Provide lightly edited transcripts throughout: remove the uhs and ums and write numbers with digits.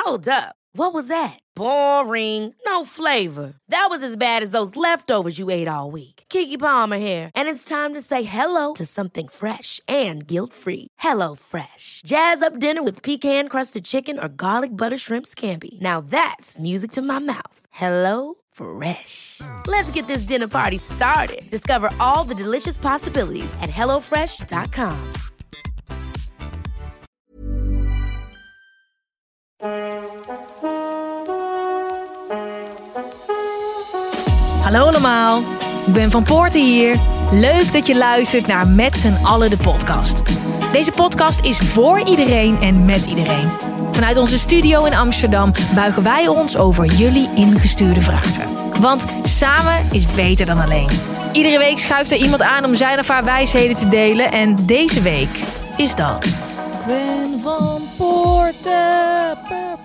Hold up. What was that? Boring. No flavor. That was as bad as those leftovers you ate all week. Keke Palmer here. And it's time to say hello to something fresh and guilt-free. Hello Fresh. Jazz up dinner with pecan-crusted chicken or garlic butter shrimp scampi. Now that's music to my mouth. Hello Fresh. Let's get this dinner party started. Discover all the delicious possibilities at hellofresh.com. Hallo allemaal, ik ben Van Poorten hier. Leuk dat je luistert naar Met z'n allen de podcast. Deze podcast is voor iedereen en met iedereen. Vanuit onze studio in Amsterdam buigen wij ons over jullie ingestuurde vragen. Want samen is beter dan alleen. Iedere week schuift er iemand aan om zijn of haar wijsheden te delen. En deze week is dat Gwen van Poorten.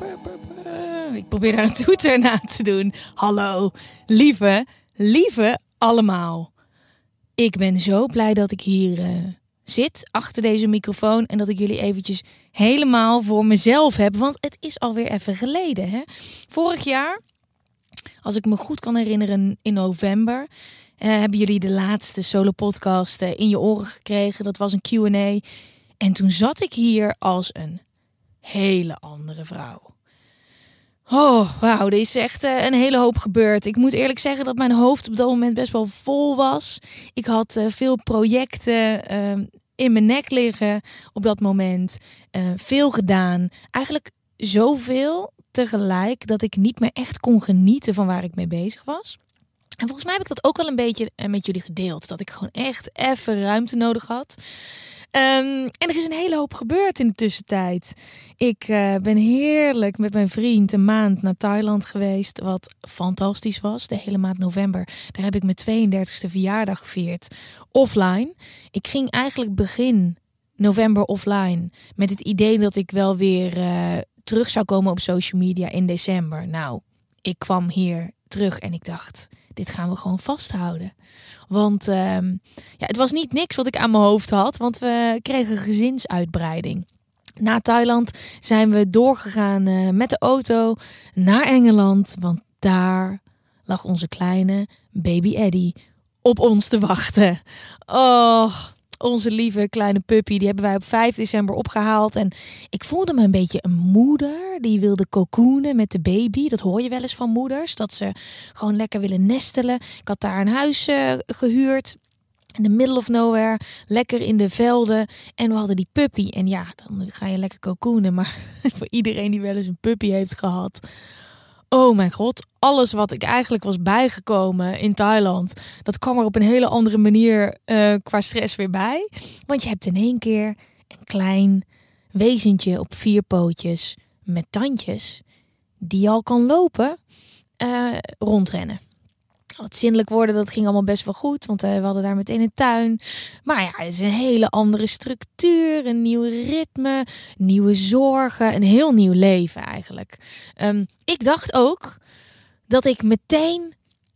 Ik probeer daar een toeter na te doen. Hallo, lieve allemaal. Ik ben zo blij dat ik hier zit achter deze microfoon en dat ik jullie eventjes helemaal voor mezelf heb. Want het is alweer even geleden. Hè? Vorig jaar, als ik me goed kan herinneren, in november hebben jullie de laatste solo podcast in je oren gekregen. Dat was een Q&A. En toen zat ik hier als een hele andere vrouw. Oh, wauw, er is echt een hele hoop gebeurd. Ik moet eerlijk zeggen dat mijn hoofd op dat moment best wel vol was. Ik had veel projecten in mijn nek liggen op dat moment. Veel gedaan. Eigenlijk zoveel tegelijk dat ik niet meer echt kon genieten van waar ik mee bezig was. En volgens mij heb ik dat ook wel een beetje met jullie gedeeld. Dat ik gewoon echt even ruimte nodig had. En er is een hele hoop gebeurd in de tussentijd. Ik ben heerlijk met mijn vriend een maand naar Thailand geweest. Wat fantastisch was. De hele maand november. Daar heb ik mijn 32e verjaardag gevierd. Offline. Ik ging eigenlijk begin november offline. Met het idee dat ik wel weer terug zou komen op social media in december. Nou, ik kwam hier terug en ik dacht, dit gaan we gewoon vasthouden. Want het was niet niks wat ik aan mijn hoofd had. Want we kregen gezinsuitbreiding. Na Thailand zijn we doorgegaan met de auto naar Engeland. Want daar lag onze kleine baby Eddie op ons te wachten. Oh, onze lieve kleine puppy, die hebben wij op 5 december opgehaald. En ik voelde me een beetje een moeder die wilde cocoonen met de baby. Dat hoor je wel eens van moeders, dat ze gewoon lekker willen nestelen. Ik had daar een huis gehuurd. In the middle of nowhere, lekker in de velden. En we hadden die puppy. En ja, dan ga je lekker cocoonen. Maar voor iedereen die wel eens een puppy heeft gehad, oh mijn god, alles wat ik eigenlijk was bijgekomen in Thailand, dat kwam er op een hele andere manier qua stress weer bij. Want je hebt in één keer een klein wezentje op 4 pootjes met tandjes die al kan lopen, rondrennen. Het zinnelijk worden, dat ging allemaal best wel goed, want we hadden daar meteen een tuin. Maar ja, het is een hele andere structuur, een nieuw ritme, nieuwe zorgen, een heel nieuw leven eigenlijk. Ik dacht ook dat ik meteen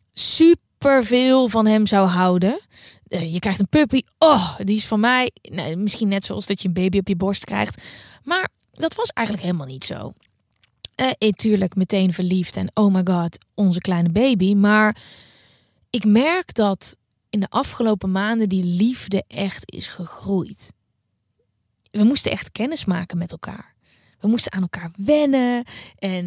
superveel van hem zou houden. Je krijgt een puppy, oh, die is van mij. Nou, misschien net zoals dat je een baby op je borst krijgt. Maar dat was eigenlijk helemaal niet zo. Tuurlijk meteen verliefd en oh my god, onze kleine baby. Maar ik merk dat in de afgelopen maanden die liefde echt is gegroeid. We moesten echt kennis maken met elkaar. We moesten aan elkaar wennen. En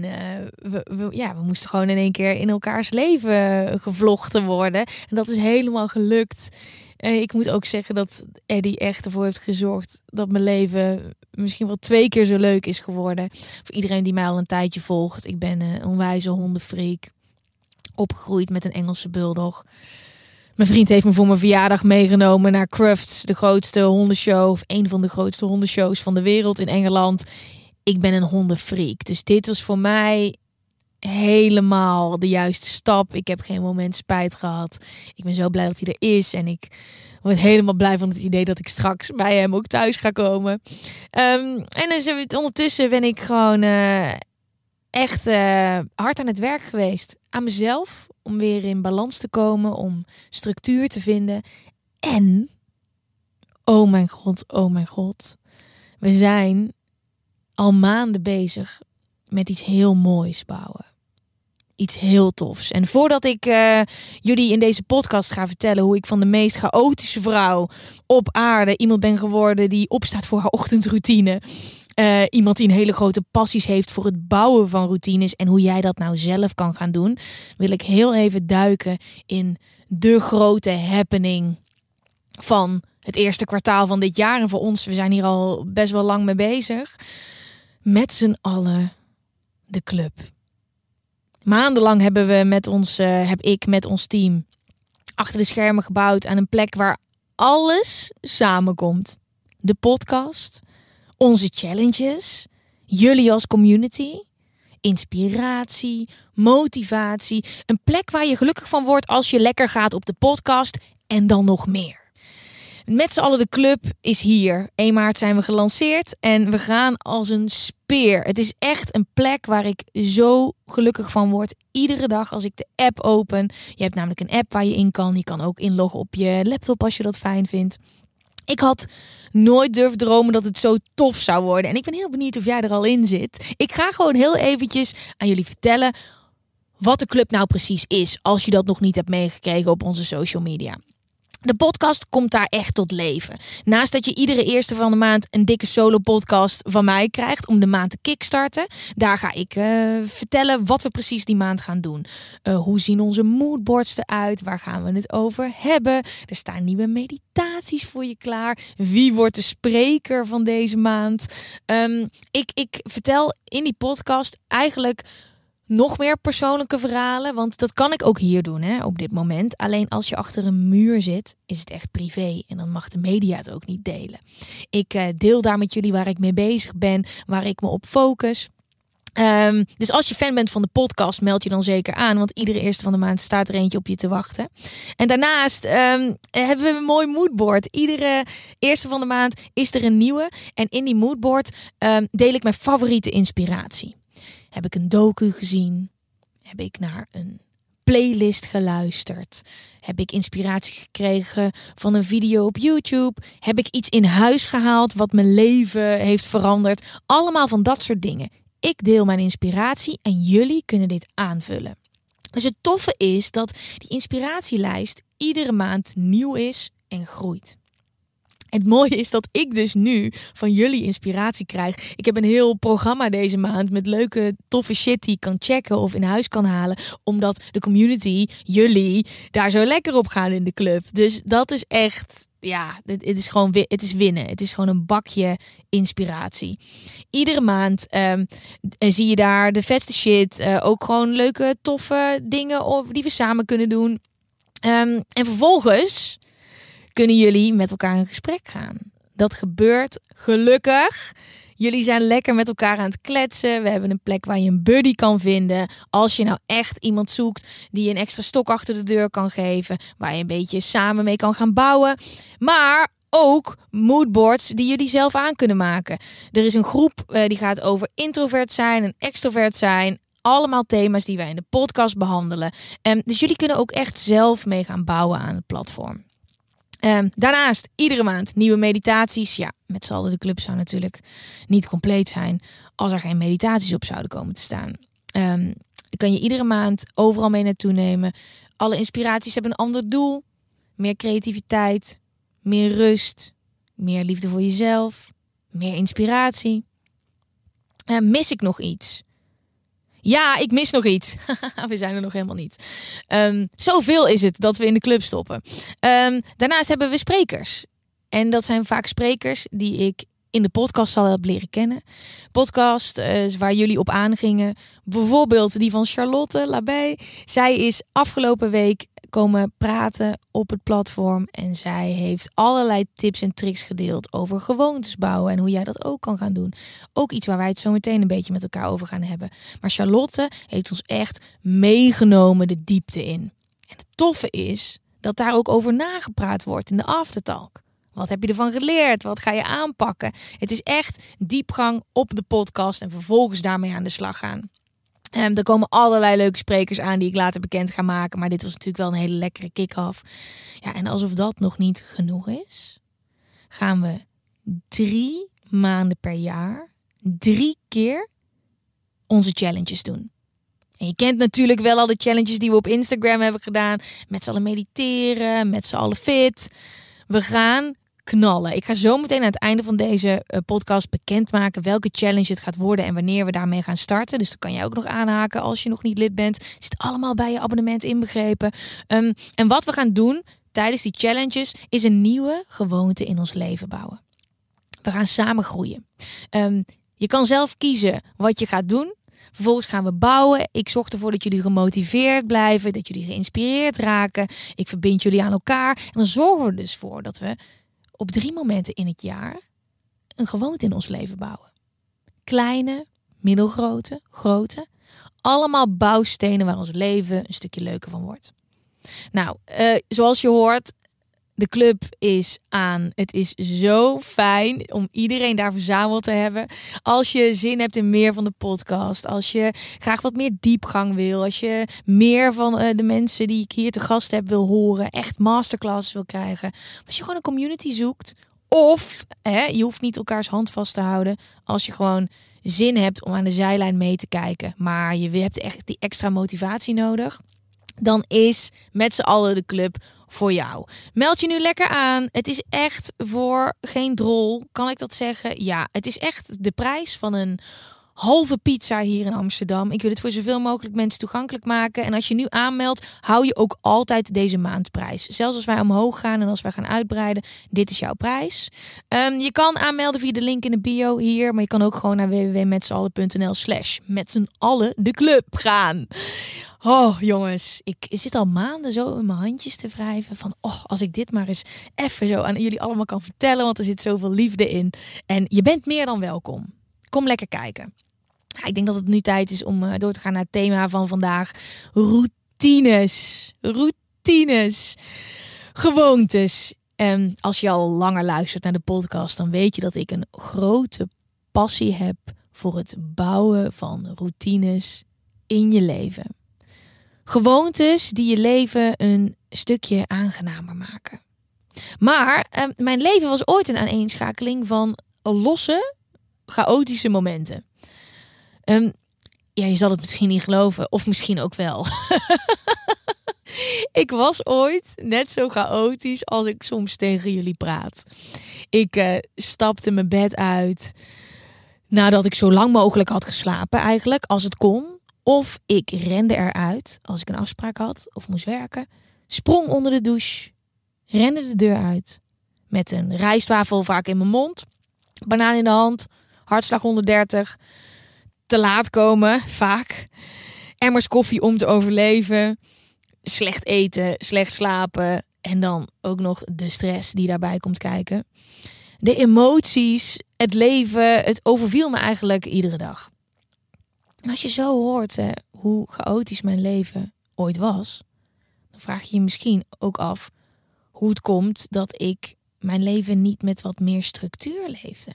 we moesten gewoon in één keer in elkaars leven gevlochten worden. En dat is helemaal gelukt. Ik moet ook zeggen dat Eddie echt ervoor heeft gezorgd dat mijn leven misschien wel 2 keer zo leuk is geworden. Voor iedereen die mij al een tijdje volgt. Ik ben een onwijze hondenfreak. Opgegroeid met een Engelse bulldog. Mijn vriend heeft me voor mijn verjaardag meegenomen naar Crufts, de grootste hondenshow, of een van de grootste hondenshows van de wereld in Engeland. Ik ben een hondenfreak. Dus dit was voor mij helemaal de juiste stap. Ik heb geen moment spijt gehad. Ik ben zo blij dat hij er is. En ik word helemaal blij van het idee dat ik straks bij hem ook thuis ga komen. En dus ondertussen ben ik gewoon echt hard aan het werk geweest. Aan mezelf. Om weer in balans te komen. Om structuur te vinden. En, oh mijn god. We zijn al maanden bezig met iets heel moois bouwen. Iets heel tofs. En voordat ik jullie in deze podcast ga vertellen hoe ik van de meest chaotische vrouw op aarde iemand ben geworden die opstaat voor haar ochtendroutine. Iemand die een hele grote passies heeft voor het bouwen van routines en hoe jij dat nou zelf kan gaan doen, wil ik heel even duiken in de grote happening van het eerste kwartaal van dit jaar. En voor ons, we zijn hier al best wel lang mee bezig. Met z'n allen de club. Maandenlang heb ik met ons team achter de schermen gebouwd aan een plek waar alles samenkomt. De podcast, onze challenges, jullie als community, inspiratie, motivatie. Een plek waar je gelukkig van wordt als je lekker gaat op de podcast en dan nog meer. Met z'n allen de club is hier. 1 maart zijn we gelanceerd en we gaan als een speer. Het is echt een plek waar ik zo gelukkig van word. Iedere dag als ik de app open. Je hebt namelijk een app waar je in kan. Je kan ook inloggen op je laptop als je dat fijn vindt. Ik had nooit durven dromen dat het zo tof zou worden. En ik ben heel benieuwd of jij er al in zit. Ik ga gewoon heel eventjes aan jullie vertellen wat de club nou precies is. Als je dat nog niet hebt meegekregen op onze social media. De podcast komt daar echt tot leven. Naast dat je iedere eerste van de maand een dikke solo podcast van mij krijgt om de maand te kickstarten. Daar ga ik vertellen wat we precies die maand gaan doen. Hoe zien onze moodboards eruit? Waar gaan we het over hebben? Er staan nieuwe meditaties voor je klaar. Wie wordt de spreker van deze maand? Ik vertel in die podcast eigenlijk nog meer persoonlijke verhalen, want dat kan ik ook hier doen op dit moment. Alleen als je achter een muur zit, is het echt privé en dan mag de media het ook niet delen. Ik deel daar met jullie waar ik mee bezig ben, waar ik me op focus. Dus als je fan bent van de podcast, meld je dan zeker aan, want iedere eerste van de maand staat er eentje op je te wachten. En daarnaast hebben we een mooi moodboard. Iedere eerste van de maand is er een nieuwe en in die moodboard deel ik mijn favoriete inspiratie. Heb ik een docu gezien? Heb ik naar een playlist geluisterd? Heb ik inspiratie gekregen van een video op YouTube? Heb ik iets in huis gehaald wat mijn leven heeft veranderd? Allemaal van dat soort dingen. Ik deel mijn inspiratie en jullie kunnen dit aanvullen. Dus het toffe is dat die inspiratielijst iedere maand nieuw is en groeit. Het mooie is dat ik dus nu van jullie inspiratie krijg. Ik heb een heel programma deze maand met leuke, toffe shit die ik kan checken of in huis kan halen. Omdat de community, jullie, daar zo lekker op gaan in de club. Dus dat is echt, het is winnen. Het is gewoon een bakje inspiratie. Iedere maand zie je daar de vetste shit. Ook gewoon leuke, toffe dingen die we samen kunnen doen. En vervolgens kunnen jullie met elkaar in gesprek gaan. Dat gebeurt gelukkig. Jullie zijn lekker met elkaar aan het kletsen. We hebben een plek waar je een buddy kan vinden. Als je nou echt iemand zoekt die je een extra stok achter de deur kan geven. Waar je een beetje samen mee kan gaan bouwen. Maar ook moodboards die jullie zelf aan kunnen maken. Er is een groep die gaat over introvert zijn en extrovert zijn. Allemaal thema's die wij in de podcast behandelen. Dus jullie kunnen ook echt zelf mee gaan bouwen aan het platform. Daarnaast iedere maand nieuwe meditaties. Ja, met z'n allen de club zou natuurlijk niet compleet zijn als er geen meditaties op zouden komen te staan. Kan je iedere maand overal mee naartoe nemen. Alle inspiraties hebben een ander doel. Meer creativiteit, meer rust, meer liefde voor jezelf, meer inspiratie. Mis ik nog iets? Ja, ik mis nog iets. We zijn er nog helemaal niet. Zoveel is het dat we in de club stoppen. Daarnaast hebben we sprekers. En dat zijn vaak sprekers die ik in de podcast al heb leren kennen. Podcast waar jullie op aangingen. Bijvoorbeeld die van Charlotte Labé. Zij is afgelopen week komen praten op het platform. En zij heeft allerlei tips en tricks gedeeld over gewoontes bouwen. En hoe jij dat ook kan gaan doen. Ook iets waar wij het zo meteen een beetje met elkaar over gaan hebben. Maar Charlotte heeft ons echt meegenomen de diepte in. En het toffe is dat daar ook over nagepraat wordt in de aftertalk. Wat heb je ervan geleerd? Wat ga je aanpakken? Het is echt diepgang op de podcast en vervolgens daarmee aan de slag gaan. Er komen allerlei leuke sprekers aan die ik later bekend ga maken. Maar dit was natuurlijk wel een hele lekkere kick-off. Ja, en alsof dat nog niet genoeg is, gaan we 3 maanden per jaar, 3 keer onze challenges doen. En je kent natuurlijk wel al de challenges die we op Instagram hebben gedaan. Met z'n allen mediteren, met z'n allen fit. We gaan knallen. Ik ga zo meteen aan het einde van deze podcast bekendmaken welke challenge het gaat worden en wanneer we daarmee gaan starten. Dus dan kan jij ook nog aanhaken als je nog niet lid bent. Zit allemaal bij je abonnement inbegrepen. En wat we gaan doen tijdens die challenges is een nieuwe gewoonte in ons leven bouwen. We gaan samen groeien. Je kan zelf kiezen wat je gaat doen. Vervolgens gaan we bouwen. Ik zorg ervoor dat jullie gemotiveerd blijven, dat jullie geïnspireerd raken. Ik verbind jullie aan elkaar. En dan zorgen we er dus voor dat we op 3 momenten in het jaar een gewoonte in ons leven bouwen. Kleine, middelgrote, grote. Allemaal bouwstenen waar ons leven een stukje leuker van wordt. Nou, zoals je hoort, de club is aan. Het is zo fijn om iedereen daar verzameld te hebben. Als je zin hebt in meer van de podcast. Als je graag wat meer diepgang wil. Als je meer van de mensen die ik hier te gast heb wil horen. Echt masterclasses wil krijgen. Als je gewoon een community zoekt. Of je hoeft niet elkaars hand vast te houden. Als je gewoon zin hebt om aan de zijlijn mee te kijken. Maar je hebt echt die extra motivatie nodig. Dan is met z'n allen de club voor jou. Meld je nu lekker aan. Het is echt voor geen drol. Kan ik dat zeggen? Ja, het is echt de prijs van een halve pizza hier in Amsterdam. Ik wil het voor zoveel mogelijk mensen toegankelijk maken. En als je nu aanmeldt, hou je ook altijd deze maandprijs. Zelfs als wij omhoog gaan en als wij gaan uitbreiden, dit is jouw prijs. Je kan aanmelden via de link in de bio hier. Maar je kan ook gewoon naar www.metzallen.nl/metzallen de club gaan. Oh jongens, ik zit al maanden zo in mijn handjes te wrijven van als ik dit maar eens even zo aan jullie allemaal kan vertellen, want er zit zoveel liefde in. En je bent meer dan welkom. Kom lekker kijken. Ja, ik denk dat het nu tijd is om door te gaan naar het thema van vandaag. Routines. Gewoontes. Als je al langer luistert naar de podcast, dan weet je dat ik een grote passie heb voor het bouwen van routines in je leven. Gewoontes die je leven een stukje aangenamer maken. Maar mijn leven was ooit een aaneenschakeling van losse, chaotische momenten. Je zal het misschien niet geloven, of misschien ook wel. Ik was ooit net zo chaotisch als ik soms tegen jullie praat. Ik stapte mijn bed uit nadat ik zo lang mogelijk had geslapen eigenlijk, als het kon. Of ik rende eruit als ik een afspraak had of moest werken. Sprong onder de douche. Rende de deur uit. Met een rijstwafel vaak in mijn mond. Banaan in de hand. Hartslag 130. Te laat komen, vaak. Emmers koffie om te overleven. Slecht eten, slecht slapen. En dan ook nog de stress die daarbij komt kijken. De emoties, het leven, het overviel me eigenlijk iedere dag. En als je zo hoort hoe chaotisch mijn leven ooit was, dan vraag je je misschien ook af hoe het komt dat ik mijn leven niet met wat meer structuur leefde.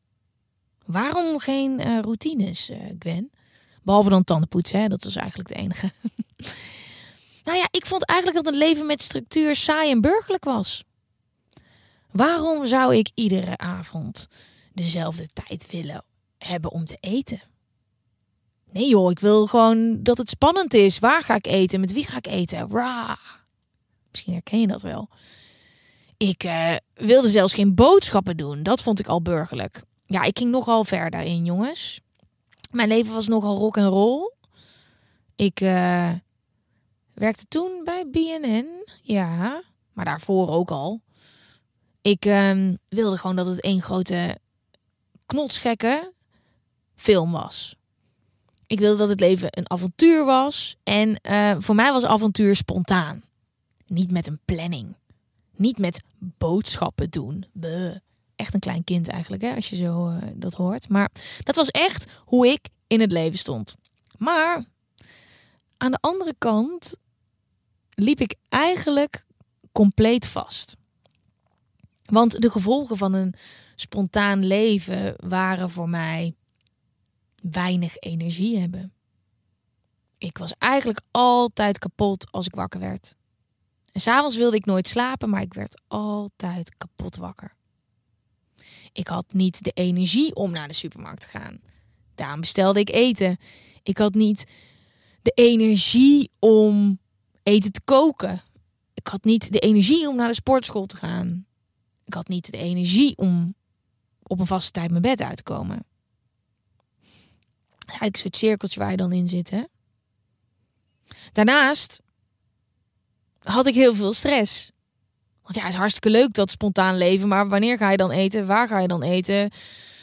Waarom geen routines, Gwen? Behalve dan tandenpoetsen, dat was eigenlijk de enige. Nou ja, ik vond eigenlijk dat een leven met structuur saai en burgerlijk was. Waarom zou ik iedere avond dezelfde tijd willen hebben om te eten? Nee joh, ik wil gewoon dat het spannend is. Waar ga ik eten? Met wie ga ik eten? Rah. Misschien herken je dat wel. Ik wilde zelfs geen boodschappen doen. Dat vond ik al burgerlijk. Ja, ik ging nogal ver daarin, jongens. Mijn leven was nogal rock en roll. Ik werkte toen bij BNN. Ja, maar daarvoor ook al. Ik wilde gewoon dat het één grote knotsgekke film was. Ik wilde dat het leven een avontuur was. En voor mij was avontuur spontaan. Niet met een planning. Niet met boodschappen doen. Bleh. Echt een klein kind eigenlijk, hè, als je zo dat hoort. Maar dat was echt hoe ik in het leven stond. Maar aan de andere kant liep ik eigenlijk compleet vast. Want de gevolgen van een spontaan leven waren voor mij weinig energie hebben. Ik was eigenlijk altijd kapot als ik wakker werd. En 's avonds wilde ik nooit slapen, maar ik werd altijd kapot wakker. Ik had niet de energie om naar de supermarkt te gaan. Daarom bestelde ik eten. Ik had niet de energie om eten te koken. Ik had niet de energie om naar de sportschool te gaan. Ik had niet de energie om op een vaste tijd mijn bed uit te komen. Dat is eigenlijk een soort cirkeltje waar je dan in zit, hè? Daarnaast had ik heel veel stress. Want ja, het is hartstikke leuk dat spontaan leven. Maar wanneer ga je dan eten? Waar ga je dan eten?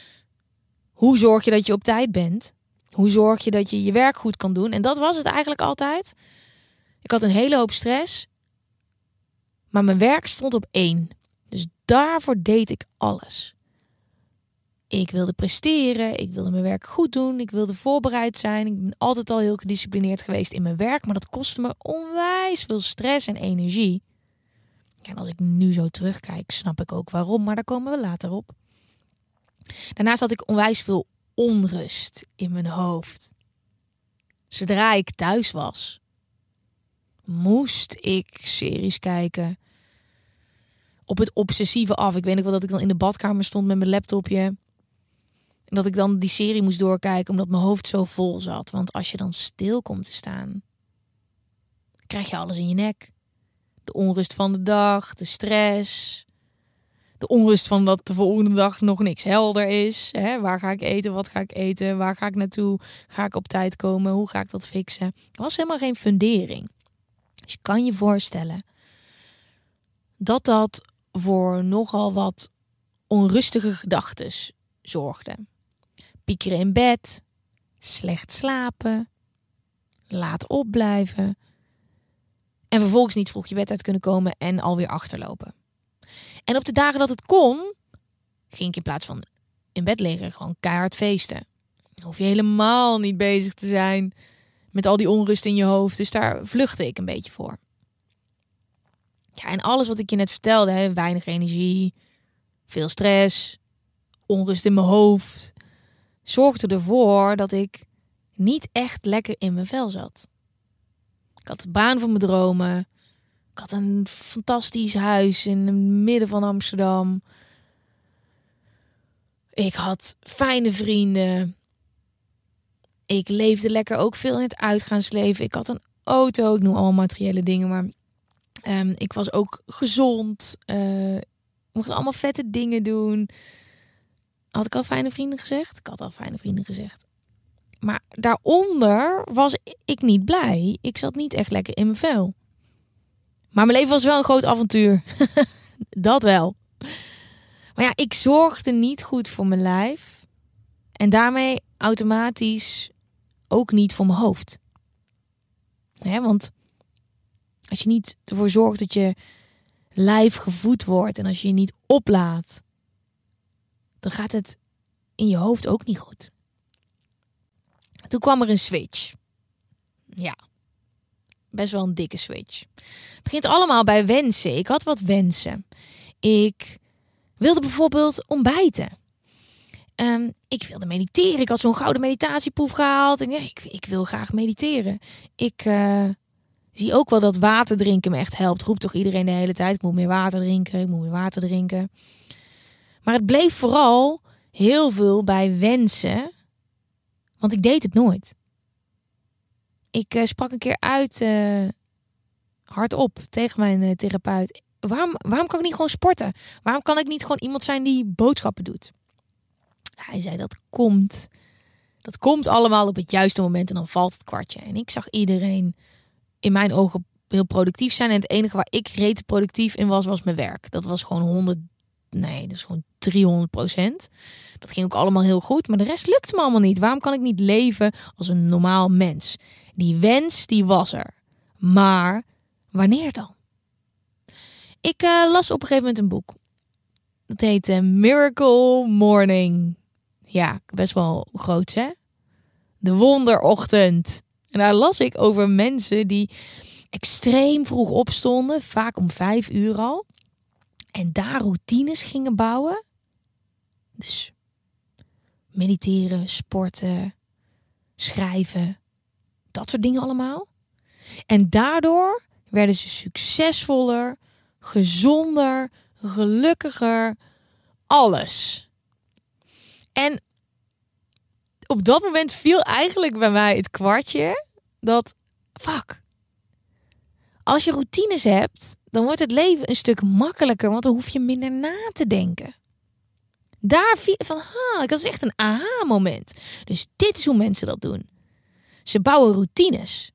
Hoe zorg je dat je op tijd bent? Hoe zorg je dat je je werk goed kan doen? En dat was het eigenlijk altijd. Ik had een hele hoop stress. Maar mijn werk stond op 1. Dus daarvoor deed ik alles. Ik wilde presteren. Ik wilde mijn werk goed doen. Ik wilde voorbereid zijn. Ik ben altijd al heel gedisciplineerd geweest in mijn werk. Maar dat kostte me onwijs veel stress en energie. En als ik nu zo terugkijk, snap ik ook waarom. Maar daar komen we later op. Daarnaast had ik onwijs veel onrust in mijn hoofd. Zodra ik thuis was, moest ik series kijken. Op het obsessieve af. Ik weet nog wel dat ik dan in de badkamer stond met mijn laptopje. En dat ik dan die serie moest doorkijken omdat mijn hoofd zo vol zat. Want als je dan stil komt te staan, krijg je alles in je nek. De onrust van de dag, de stress. De onrust van dat de volgende dag nog niks helder is. Hè? Waar ga ik eten? Wat ga ik eten? Waar ga ik naartoe? Ga ik op tijd komen? Hoe ga ik dat fixen? Er was helemaal geen fundering. Dus je kan je voorstellen dat dat voor nogal wat onrustige gedachten zorgde. Piekeren in bed, slecht slapen, laat opblijven en vervolgens niet vroeg je bed uit kunnen komen en alweer achterlopen. En op de dagen dat het kon, ging ik in plaats van in bed liggen gewoon keihard feesten. Dan hoef je helemaal niet bezig te zijn met al die onrust in je hoofd. Dus daar vluchtte ik een beetje voor. Ja, en alles wat ik je net vertelde, hè, weinig energie, veel stress, onrust in mijn hoofd, zorgde ervoor dat ik niet echt lekker in mijn vel zat. Ik had de baan van mijn dromen. Ik had een fantastisch huis in het midden van Amsterdam. Ik had fijne vrienden. Ik leefde lekker ook veel in het uitgaansleven. Ik had een auto. Ik noem allemaal materiële dingen, maar ik was ook gezond. Ik mocht allemaal vette dingen doen. Had ik al fijne vrienden gezegd? Ik had al fijne vrienden gezegd. Maar daaronder was ik niet blij. Ik zat niet echt lekker in mijn vel. Maar mijn leven was wel een groot avontuur. Dat wel. Maar ja, ik zorgde niet goed voor mijn lijf. En daarmee automatisch ook niet voor mijn hoofd. Want als je niet ervoor zorgt dat je lijf gevoed wordt en als je je niet oplaadt, dan gaat het in je hoofd ook niet goed. Toen kwam er een switch. Ja, best wel een dikke switch. Het begint allemaal bij wensen. Ik had wat wensen. Ik wilde bijvoorbeeld ontbijten. Ik wilde mediteren. Ik had zo'n gouden meditatieproef gehaald. En ja, ik wil graag mediteren. Ik zie ook wel dat water drinken me echt helpt. Roept toch iedereen de hele tijd. Ik moet meer water drinken. Ik moet meer water drinken. Maar het bleef vooral heel veel bij wensen. Want ik deed het nooit. Ik sprak een keer uit hardop tegen mijn therapeut. Waarom kan ik niet gewoon sporten? Waarom kan ik niet gewoon iemand zijn die boodschappen doet? Hij zei dat komt allemaal op het juiste moment en dan valt het kwartje. En ik zag iedereen in mijn ogen heel productief zijn. En het enige waar ik rete productief in was mijn werk. Dat was gewoon 300%. Dat ging ook allemaal heel goed. Maar de rest lukte me allemaal niet. Waarom kan ik niet leven als een normaal mens? Die wens, die was er. Maar wanneer dan? Ik las op een gegeven moment een boek. Dat heet Miracle Morning. Ja, best wel groot, hè? De wonderochtend. En daar las ik over mensen die extreem vroeg opstonden. Vaak om 5 uur al. En daar routines gingen bouwen. Dus mediteren, sporten, schrijven. Dat soort dingen allemaal. En daardoor werden ze succesvoller, gezonder, gelukkiger. Alles. En op dat moment viel eigenlijk bij mij het kwartje dat, fuck, als je routines hebt, dan wordt het leven een stuk makkelijker, want dan hoef je minder na te denken. Daar viel van, ik had echt een aha-moment. Dus dit is hoe mensen dat doen. Ze bouwen routines.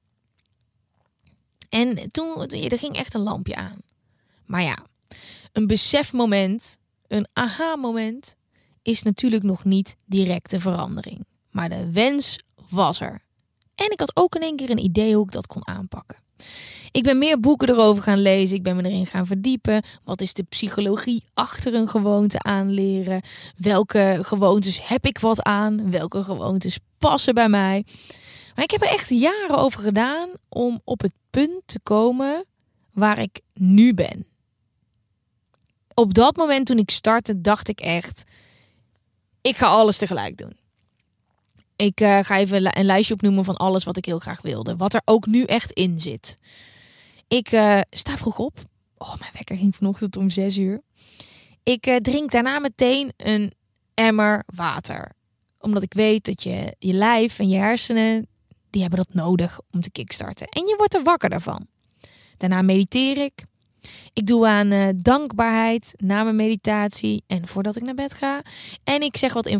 En toen er ging echt een lampje aan. Maar ja, een besefmoment, een aha-moment, is natuurlijk nog niet directe verandering. Maar de wens was er. En ik had ook in één keer een idee hoe ik dat kon aanpakken. Ik ben meer boeken erover gaan lezen. Ik ben me erin gaan verdiepen. Wat is de psychologie achter een gewoonte aanleren? Welke gewoontes heb ik wat aan? Welke gewoontes passen bij mij? Maar ik heb er echt jaren over gedaan om op het punt te komen waar ik nu ben. Op dat moment toen ik startte, dacht ik echt, ik ga alles tegelijk doen. Ik ga even een lijstje opnoemen van alles wat ik heel graag wilde. Wat er ook nu echt in zit. Ik sta vroeg op. Mijn wekker ging vanochtend om 6:00. Ik drink daarna meteen een emmer water. Omdat ik weet dat je lijf en je hersenen, die hebben dat nodig om te kickstarten. En je wordt er wakker daarvan. Daarna mediteer ik. Ik doe aan dankbaarheid na mijn meditatie en voordat ik naar bed ga. En ik zeg wat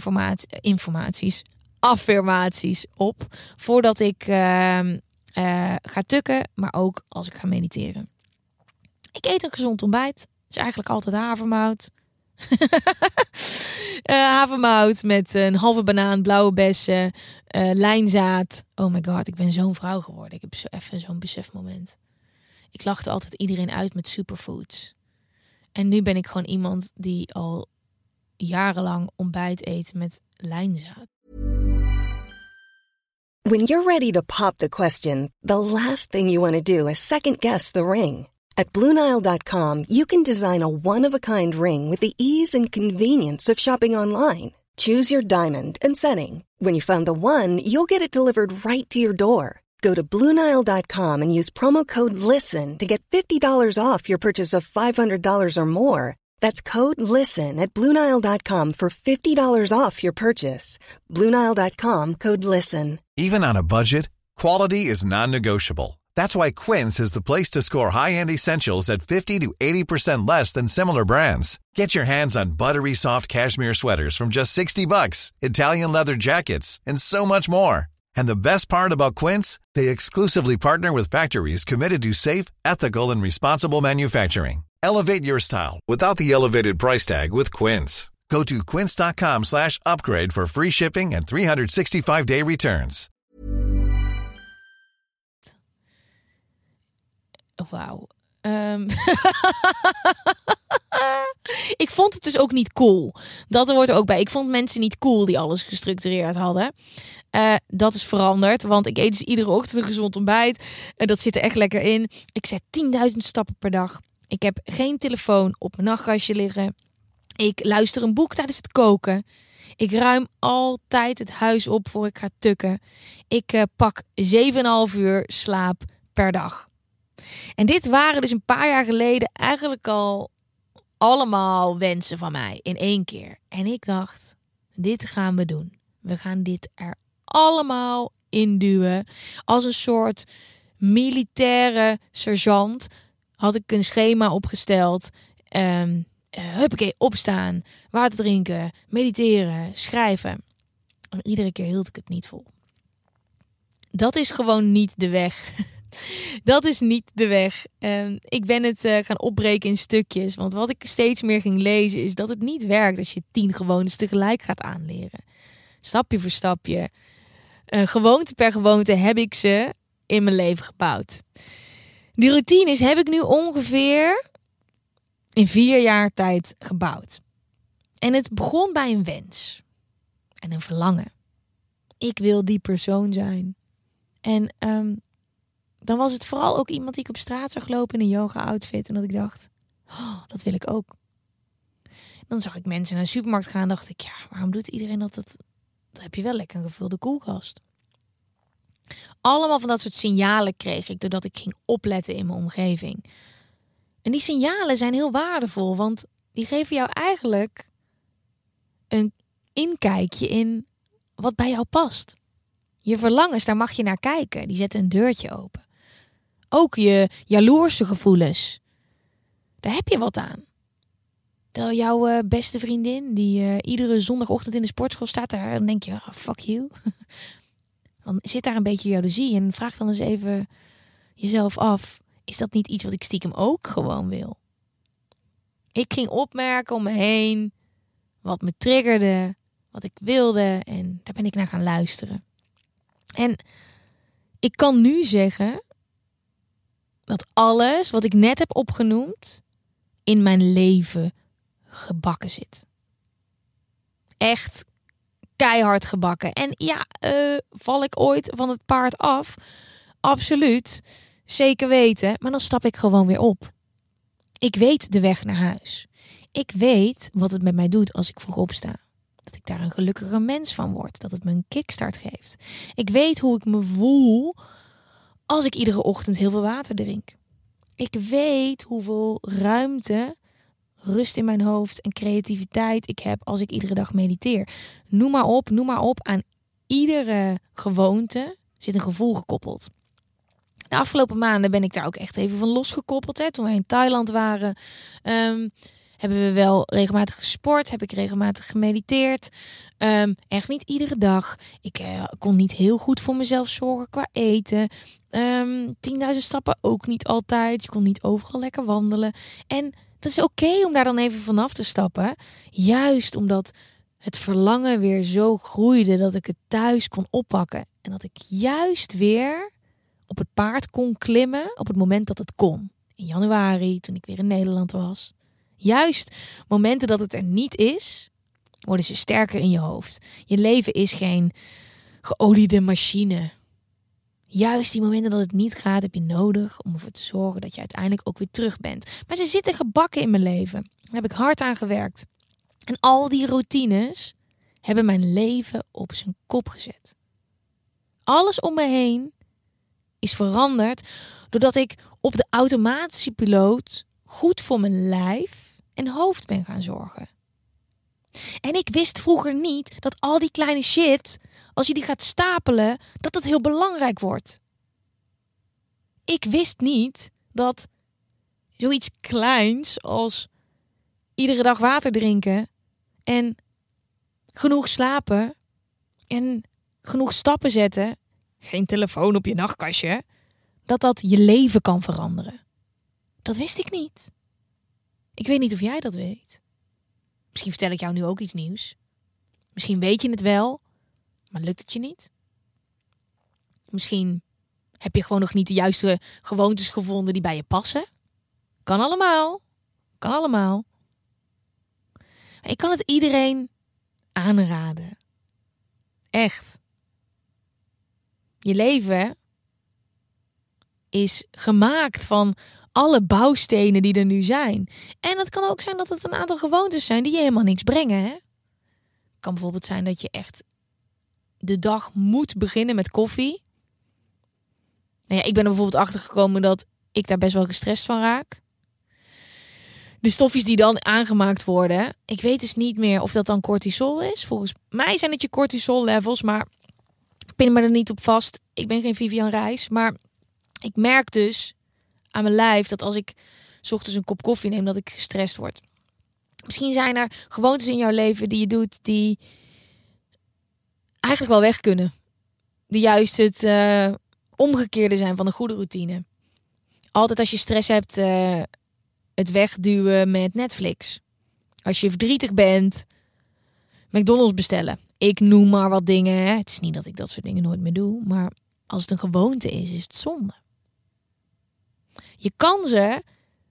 affirmaties op voordat ik ga tukken, maar ook als ik ga mediteren. Ik eet een gezond ontbijt. Het is eigenlijk altijd havermout. Havermout met een halve banaan, blauwe bessen, lijnzaad. Oh my god, ik ben zo'n vrouw geworden. Ik heb zo even zo'n besefmoment. Ik lachte altijd iedereen uit met superfoods. En nu ben ik gewoon iemand die al jarenlang ontbijt eet met lijnzaad. When you're ready to pop the question, the last thing you want to do is second-guess the ring. At BlueNile.com, you can design a one-of-a-kind ring with the ease and convenience of shopping online. Choose your diamond and setting. When you find the one, you'll get it delivered right to your door. Go to BlueNile.com and use promo code LISTEN to get $50 off your purchase of $500 or more. That's code LISTEN at BlueNile.com for $50 off your purchase. BlueNile.com, code LISTEN. Even on a budget, quality is non-negotiable. That's why Quince is the place to score high-end essentials at 50 to 80% less than similar brands. Get your hands on buttery soft cashmere sweaters from just $60, Italian leather jackets, and so much more. And the best part about Quince, they exclusively partner with factories committed to safe, ethical, and responsible manufacturing. Elevate your style without the elevated price tag with Quince. Go to quince.com/upgrade for free shipping and 365-day returns. Wauw. Ik vond het dus ook niet cool. Dat er wordt er ook bij. Ik vond mensen niet cool die alles gestructureerd hadden. Dat is veranderd. Want ik eet dus iedere ochtend een gezond ontbijt. Dat zit er echt lekker in. Ik zet 10.000 stappen per dag. Ik heb geen telefoon op mijn nachtkastje liggen. Ik luister een boek tijdens het koken. Ik ruim altijd het huis op voor ik ga tukken. Ik pak 7,5 uur slaap per dag. En dit waren dus een paar jaar geleden eigenlijk al allemaal wensen van mij in één keer. En ik dacht, dit gaan we doen. We gaan dit er allemaal induwen. Als een soort militaire sergeant had ik een schema opgesteld. Huppakee, opstaan, water drinken, mediteren, schrijven. En iedere keer hield ik het niet vol. Dat is gewoon niet de weg. Dat is niet de weg. Ik ben het gaan opbreken in stukjes. Want wat ik steeds meer ging lezen is dat het niet werkt als je 10 gewoontes tegelijk gaat aanleren. Stapje voor stapje. Gewoonte per gewoonte heb ik ze in mijn leven gebouwd. Die routines heb ik nu ongeveer in 4 jaar tijd gebouwd. En het begon bij een wens. En een verlangen. Ik wil die persoon zijn. En dan was het vooral ook iemand die ik op straat zag lopen in een yoga-outfit. En dat ik dacht, dat wil ik ook. Dan zag ik mensen naar de supermarkt gaan en dacht ik, ja, waarom doet iedereen dat? Dan heb je wel lekker een gevulde koelkast. Allemaal van dat soort signalen kreeg ik doordat ik ging opletten in mijn omgeving. En die signalen zijn heel waardevol, want die geven jou eigenlijk een inkijkje in wat bij jou past. Je verlangens, daar mag je naar kijken. Die zetten een deurtje open. Ook je jaloerse gevoelens. Daar heb je wat aan. Terwijl jouw beste vriendin, die iedere zondagochtend in de sportschool staat, daar dan denk je, fuck you. Dan zit daar een beetje jaloezie en vraag dan eens even jezelf af, is dat niet iets wat ik stiekem ook gewoon wil? Ik ging opmerken om me heen wat me triggerde, wat ik wilde en daar ben ik naar gaan luisteren. En ik kan nu zeggen dat alles wat ik net heb opgenoemd in mijn leven gebakken zit. Echt keihard gebakken. En ja, val ik ooit van het paard af? Absoluut. Zeker weten. Maar dan stap ik gewoon weer op. Ik weet de weg naar huis. Ik weet wat het met mij doet als ik vroeg opsta. Dat ik daar een gelukkiger mens van word. Dat het me een kickstart geeft. Ik weet hoe ik me voel als ik iedere ochtend heel veel water drink. Ik weet hoeveel ruimte, rust in mijn hoofd en creativiteit ik heb als ik iedere dag mediteer. Noem maar op. Aan iedere gewoonte zit een gevoel gekoppeld. De afgelopen maanden ben ik daar ook echt even van losgekoppeld. Hè. Toen wij in Thailand waren, hebben we wel regelmatig gesport. Heb ik regelmatig gemediteerd. Echt niet iedere dag. Ik kon niet heel goed voor mezelf zorgen qua eten. 10.000 stappen ook niet altijd. Je kon niet overal lekker wandelen. En dat is oké om daar dan even vanaf te stappen. Juist omdat het verlangen weer zo groeide dat ik het thuis kon oppakken. En dat ik juist weer op het paard kon klimmen op het moment dat het kon. In januari, toen ik weer in Nederland was. Juist momenten dat het er niet is, worden ze sterker in je hoofd. Je leven is geen geoliede machine. Juist die momenten dat het niet gaat, heb je nodig om ervoor te zorgen dat je uiteindelijk ook weer terug bent. Maar ze zitten gebakken in mijn leven. Daar heb ik hard aan gewerkt. En al die routines hebben mijn leven op zijn kop gezet. Alles om me heen is veranderd doordat ik op de automatische piloot goed voor mijn lijf en hoofd ben gaan zorgen. En ik wist vroeger niet dat al die kleine shit, als je die gaat stapelen, dat het heel belangrijk wordt. Ik wist niet dat zoiets kleins als iedere dag water drinken en genoeg slapen en genoeg stappen zetten, geen telefoon op je nachtkastje, dat je leven kan veranderen. Dat wist ik niet. Ik weet niet of jij dat weet. Misschien vertel ik jou nu ook iets nieuws. Misschien weet je het wel, maar lukt het je niet? Misschien heb je gewoon nog niet de juiste gewoontes gevonden die bij je passen. Kan allemaal. Kan allemaal. Maar ik kan het iedereen aanraden. Echt. Je leven is gemaakt van alle bouwstenen die er nu zijn. En het kan ook zijn dat het een aantal gewoontes zijn die je helemaal niks brengen. Hè? Het kan bijvoorbeeld zijn dat je echt de dag moet beginnen met koffie. Nou ja, ik ben er bijvoorbeeld achter gekomen dat ik daar best wel gestrest van raak. De stofjes die dan aangemaakt worden, ik weet dus niet meer of dat dan cortisol is. Volgens mij zijn het je cortisol levels, maar ik pin me er niet op vast. Ik ben geen Vivian Reis, maar ik merk dus aan mijn lijf dat als ik 's ochtends een kop koffie neem, dat ik gestrest word. Misschien zijn er gewoontes in jouw leven die je doet die eigenlijk wel weg kunnen. Die juist het omgekeerde zijn van een goede routine. Altijd als je stress hebt, het wegduwen met Netflix. Als je verdrietig bent, McDonald's bestellen. Ik noem maar wat dingen. Hè. Het is niet dat ik dat soort dingen nooit meer doe, maar als het een gewoonte is het zonde. Je kan ze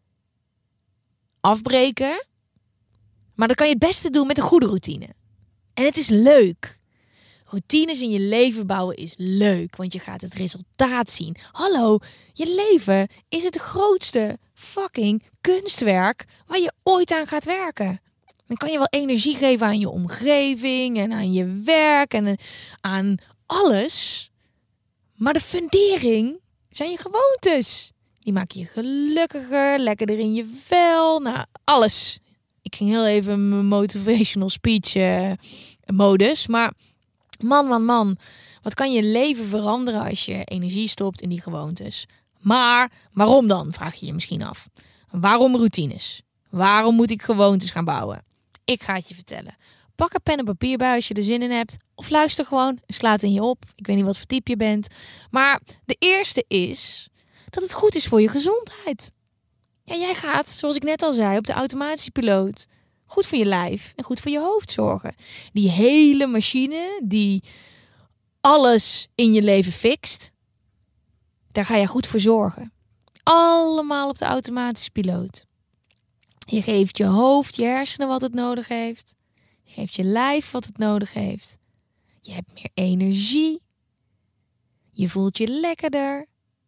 afbreken, maar dat kan je het beste doen met een goede routine. En het is leuk. Routines in je leven bouwen is leuk, want je gaat het resultaat zien. Hallo, je leven is het grootste fucking kunstwerk waar je ooit aan gaat werken. Dan kan je wel energie geven aan je omgeving en aan je werk en aan alles. Maar de fundering zijn je gewoontes. Die maken je gelukkiger, lekkerder in je vel. Nou, alles. Ik ging heel even mijn motivational speech modus. Maar Man. Wat kan je leven veranderen als je energie stopt in die gewoontes? Maar waarom dan, vraag je je misschien af. Waarom routines? Waarom moet ik gewoontes gaan bouwen? Ik ga het je vertellen. Pak een pen en papier bij als je er zin in hebt. Of luister gewoon en sla het in je op. Ik weet niet wat voor type je bent. Maar de eerste is dat het goed is voor je gezondheid. Ja, jij gaat, zoals ik net al zei, op de automatische piloot. Goed voor je lijf en goed voor je hoofd zorgen. Die hele machine die alles in je leven fixt, daar ga je goed voor zorgen. Allemaal op de automatische piloot. Je geeft je hoofd, je hersenen wat het nodig heeft. Je geeft je lijf wat het nodig heeft. Je hebt meer energie. Je voelt je lekkerder.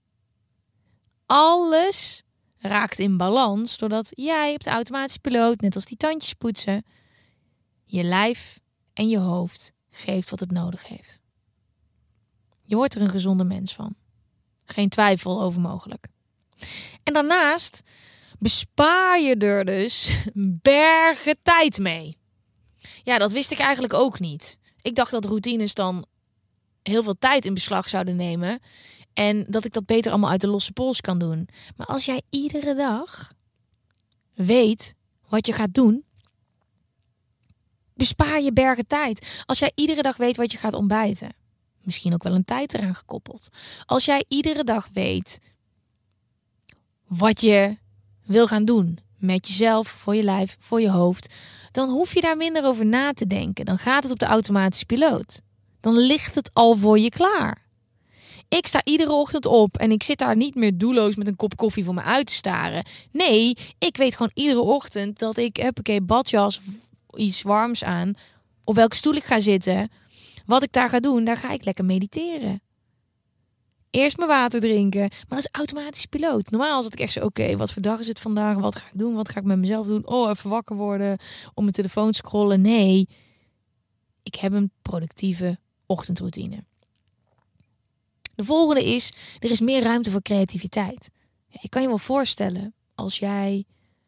Alles raakt in balans doordat jij op de automatische piloot, net als die tandjes poetsen, je lijf en je hoofd geeft wat het nodig heeft. Je wordt er een gezonde mens van. Geen twijfel over mogelijk. En daarnaast bespaar je er dus bergen tijd mee. Ja, dat wist ik eigenlijk ook niet. Ik dacht dat routines dan heel veel tijd in beslag zouden nemen en dat ik dat beter allemaal uit de losse pols kan doen. Maar als jij iedere dag weet wat je gaat doen, bespaar je bergen tijd. Als jij iedere dag weet wat je gaat ontbijten, misschien ook wel een tijd eraan gekoppeld. Als jij iedere dag weet wat je wil gaan doen met jezelf, voor je lijf, voor je hoofd, dan hoef je daar minder over na te denken. Dan gaat het op de automatische piloot. Dan ligt het al voor je klaar. Ik sta iedere ochtend op en ik zit daar niet meer doelloos met een kop koffie voor me uit te staren. Nee, ik weet gewoon iedere ochtend dat ik badjas of iets warms aan, op welke stoel ik ga zitten, wat ik daar ga doen, daar ga ik lekker mediteren. Eerst mijn water drinken, maar dat is automatische piloot. Normaal zat ik echt zo, oké, wat voor dag is het vandaag? Wat ga ik doen? Wat ga ik met mezelf doen? Oh, even wakker worden, op mijn telefoon scrollen. Nee, ik heb een productieve ochtendroutine. De volgende is, er is meer ruimte voor creativiteit. Je kan je wel voorstellen, als jij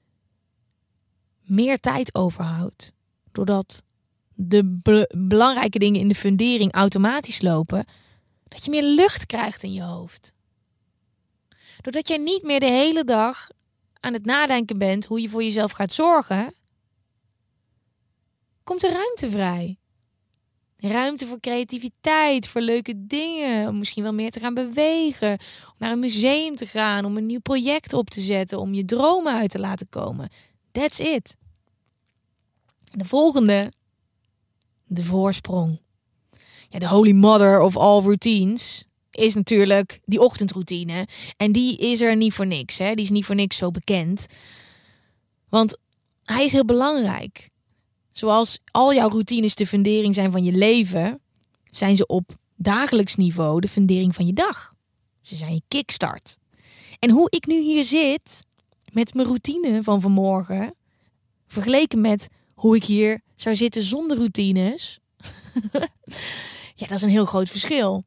meer tijd overhoudt, doordat de belangrijke dingen in de fundering automatisch lopen, dat je meer lucht krijgt in je hoofd. Doordat jij niet meer de hele dag aan het nadenken bent hoe je voor jezelf gaat zorgen, komt er ruimte vrij. Ruimte voor creativiteit, voor leuke dingen, om misschien wel meer te gaan bewegen, om naar een museum te gaan, om een nieuw project op te zetten, om je dromen uit te laten komen. That's it. En de volgende, de voorsprong. Ja, de holy mother of all routines is natuurlijk die ochtendroutine. En die is er niet voor niks. Hè? Die is niet voor niks zo bekend. Want hij is heel belangrijk. Zoals al jouw routines de fundering zijn van je leven, zijn ze op dagelijks niveau de fundering van je dag. Ze zijn je kickstart. En hoe ik nu hier zit met mijn routine van vanmorgen, vergeleken met hoe ik hier zou zitten zonder routines, ja, dat is een heel groot verschil.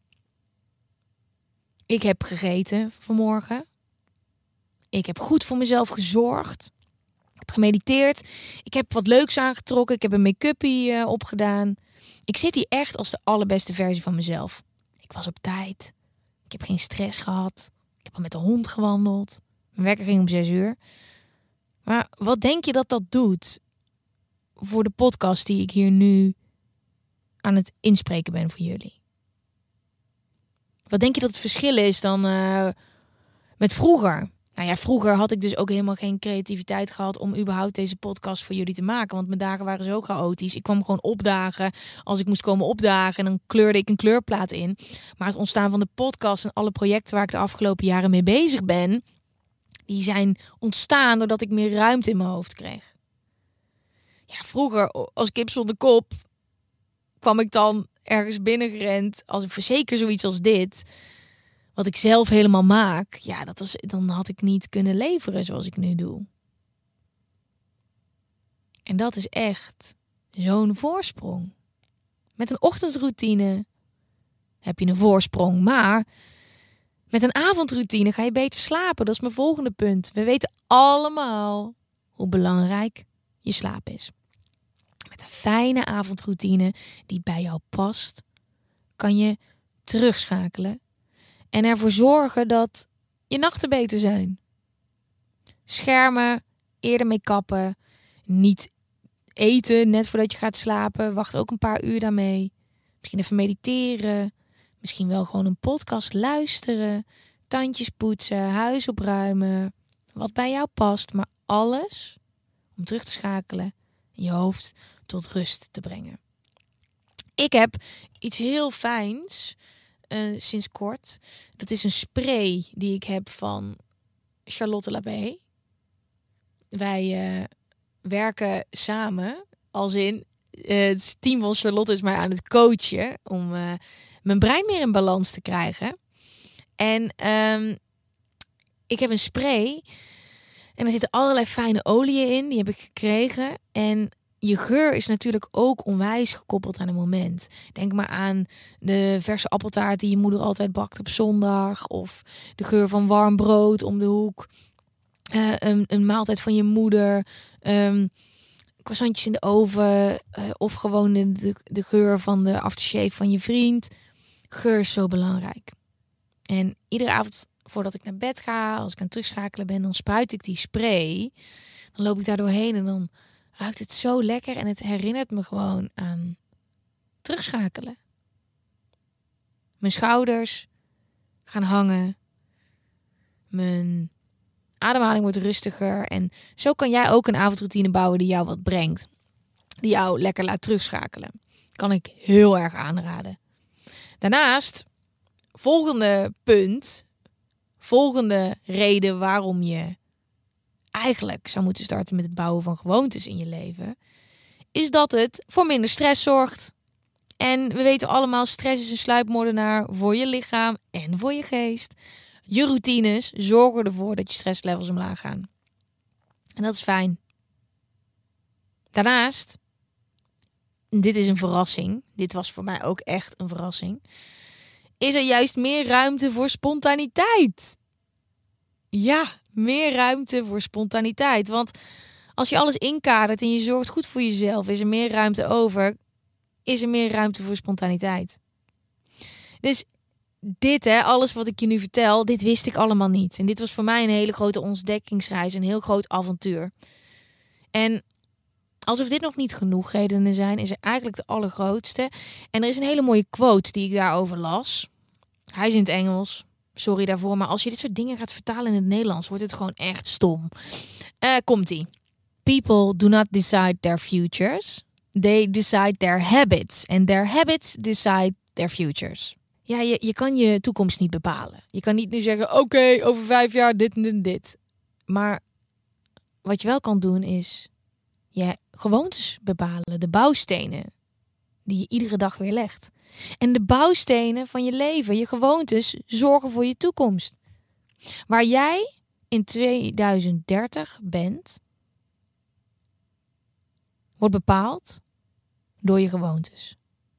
Ik heb gegeten vanmorgen. Ik heb goed voor mezelf gezorgd. Ik heb gemediteerd. Ik heb wat leuks aangetrokken. Ik heb een make-upie opgedaan. Ik zit hier echt als de allerbeste versie van mezelf. Ik was op tijd. Ik heb geen stress gehad. Ik heb al met de hond gewandeld. Mijn wekker ging om 6:00. Maar wat denk je dat dat doet voor de podcast die ik hier nu aan het inspreken ben voor jullie? Wat denk je dat het verschil is dan met vroeger? Nou ja, vroeger had ik dus ook helemaal geen creativiteit gehad om überhaupt deze podcast voor jullie te maken. Want mijn dagen waren zo chaotisch. Ik kwam gewoon opdagen als ik moest komen opdagen. En dan kleurde ik een kleurplaat in. Maar het ontstaan van de podcast en alle projecten waar ik de afgelopen jaren mee bezig ben, die zijn ontstaan doordat ik meer ruimte in mijn hoofd kreeg. Ja, vroeger als kip zonder kop kwam ik dan ergens binnengerend als ik verzeker zoiets als dit, wat ik zelf helemaal maak, ja, dan had ik niet kunnen leveren zoals ik nu doe. En dat is echt zo'n voorsprong. Met een ochtendroutine heb je een voorsprong, maar met een avondroutine ga je beter slapen. Dat is mijn volgende punt. We weten allemaal hoe belangrijk je slaap is. Met een fijne avondroutine die bij jou past, kan je terugschakelen en ervoor zorgen dat je nachten beter zijn. Schermen, eerder mee kappen, niet eten net voordat je gaat slapen. Wacht ook een paar uur daarmee. Misschien even mediteren. Misschien wel gewoon een podcast luisteren. Tandjes poetsen, huis opruimen. Wat bij jou past, maar alles om terug te schakelen en je hoofd tot rust te brengen. Ik heb iets heel fijns sinds kort. Dat is een spray die ik heb van Charlotte Labé. Wij werken samen, als in het team van Charlotte is mij aan het coachen om mijn brein meer in balans te krijgen. En ik heb een spray en er zitten allerlei fijne oliën in, die heb ik gekregen. En je geur is natuurlijk ook onwijs gekoppeld aan een moment. Denk maar aan de verse appeltaart die je moeder altijd bakt op zondag, of de geur van warm brood om de hoek. Een maaltijd van je moeder, croissantjes in de oven, of gewoon de geur van de aftershave van je vriend. Geur is zo belangrijk. En iedere avond voordat ik naar bed ga, als ik aan het terugschakelen ben, dan spruit ik die spray. Dan loop ik daar doorheen en dan ruikt het zo lekker en het herinnert me gewoon aan terugschakelen. Mijn schouders gaan hangen. Mijn ademhaling wordt rustiger. En zo kan jij ook een avondroutine bouwen die jou wat brengt. Die jou lekker laat terugschakelen. Kan ik heel erg aanraden. Daarnaast, volgende punt. Volgende reden waarom je eigenlijk zou moeten starten met het bouwen van gewoontes in je leven. Is dat het voor minder stress zorgt. En we weten allemaal, stress is een sluipmoordenaar voor je lichaam en voor je geest. Je routines zorgen ervoor dat je stresslevels omlaag gaan. En dat is fijn. Daarnaast, dit is een verrassing. Dit was voor mij ook echt een verrassing. Is er juist meer ruimte voor spontaniteit. Ja, meer ruimte voor spontaniteit. Want als je alles inkadert en je zorgt goed voor jezelf, is er meer ruimte over. Is er meer ruimte voor spontaniteit. Dus dit, alles wat ik je nu vertel, dit wist ik allemaal niet. En dit was voor mij een hele grote ontdekkingsreis, een heel groot avontuur. En alsof dit nog niet genoeg redenen zijn, is er eigenlijk de allergrootste. En er is een hele mooie quote die ik daarover las. Hij is in het Engels. Sorry daarvoor, maar als je dit soort dingen gaat vertalen in het Nederlands, wordt het gewoon echt stom. Komt-ie. People do not decide their futures. They decide their habits. And their habits decide their futures. Ja, je kan je toekomst niet bepalen. Je kan niet nu zeggen, oké, over 5 jaar dit en dit. Maar wat je wel kan doen is je gewoontes bepalen. De bouwstenen die je iedere dag weer legt. En de bouwstenen van je leven, je gewoontes, zorgen voor je toekomst. Waar jij in 2030 bent, wordt bepaald door je gewoontes.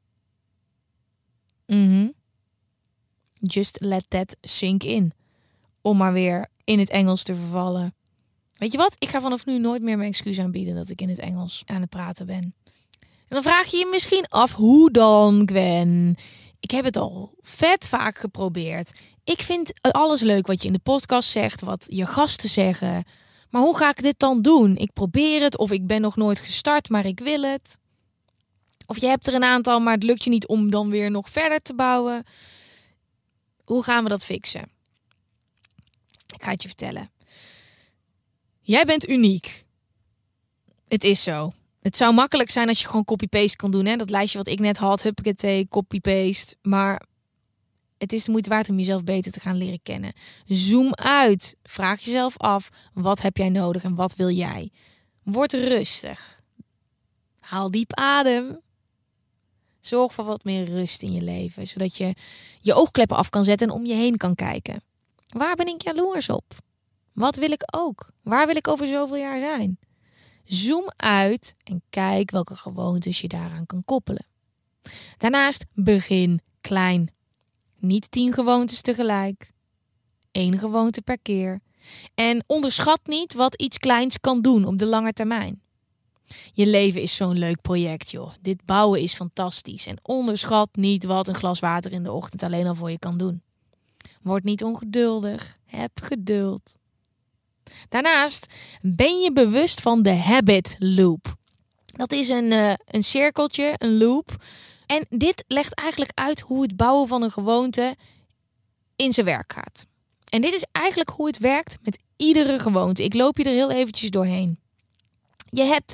Just let that sink in. Om maar weer in het Engels te vervallen. Weet je wat? Ik ga vanaf nu nooit meer mijn excuus aanbieden dat ik in het Engels aan het praten ben. En dan vraag je je misschien af, hoe dan, Gwen? Ik heb het al vet vaak geprobeerd. Ik vind alles leuk wat je in de podcast zegt, wat je gasten zeggen. Maar hoe ga ik dit dan doen? Ik probeer het, of ik ben nog nooit gestart, maar ik wil het. Of je hebt er een aantal, maar het lukt je niet om dan weer nog verder te bouwen. Hoe gaan we dat fixen? Ik ga het je vertellen. Jij bent uniek. Het is zo. Het zou makkelijk zijn als je gewoon copy-paste kan doen. Hè? Dat lijstje wat ik net had, huppakee, copy-paste. Maar het is de moeite waard om jezelf beter te gaan leren kennen. Zoom uit. Vraag jezelf af, wat heb jij nodig en wat wil jij? Word rustig. Haal diep adem. Zorg voor wat meer rust in je leven. Zodat je je oogkleppen af kan zetten en om je heen kan kijken. Waar ben ik jaloers op? Wat wil ik ook? Waar wil ik over zoveel jaar zijn? Zoom uit en kijk welke gewoontes je daaraan kan koppelen. Daarnaast begin klein. Niet 10 gewoontes tegelijk. 1 gewoonte per keer. En onderschat niet wat iets kleins kan doen op de lange termijn. Je leven is zo'n leuk project, joh. Dit bouwen is fantastisch. En onderschat niet wat een glas water in de ochtend alleen al voor je kan doen. Word niet ongeduldig. Heb geduld. Daarnaast ben je bewust van de habit loop. Dat is een cirkeltje, een loop. En dit legt eigenlijk uit hoe het bouwen van een gewoonte in zijn werk gaat. En dit is eigenlijk hoe het werkt met iedere gewoonte. Ik loop je er heel eventjes doorheen. Je hebt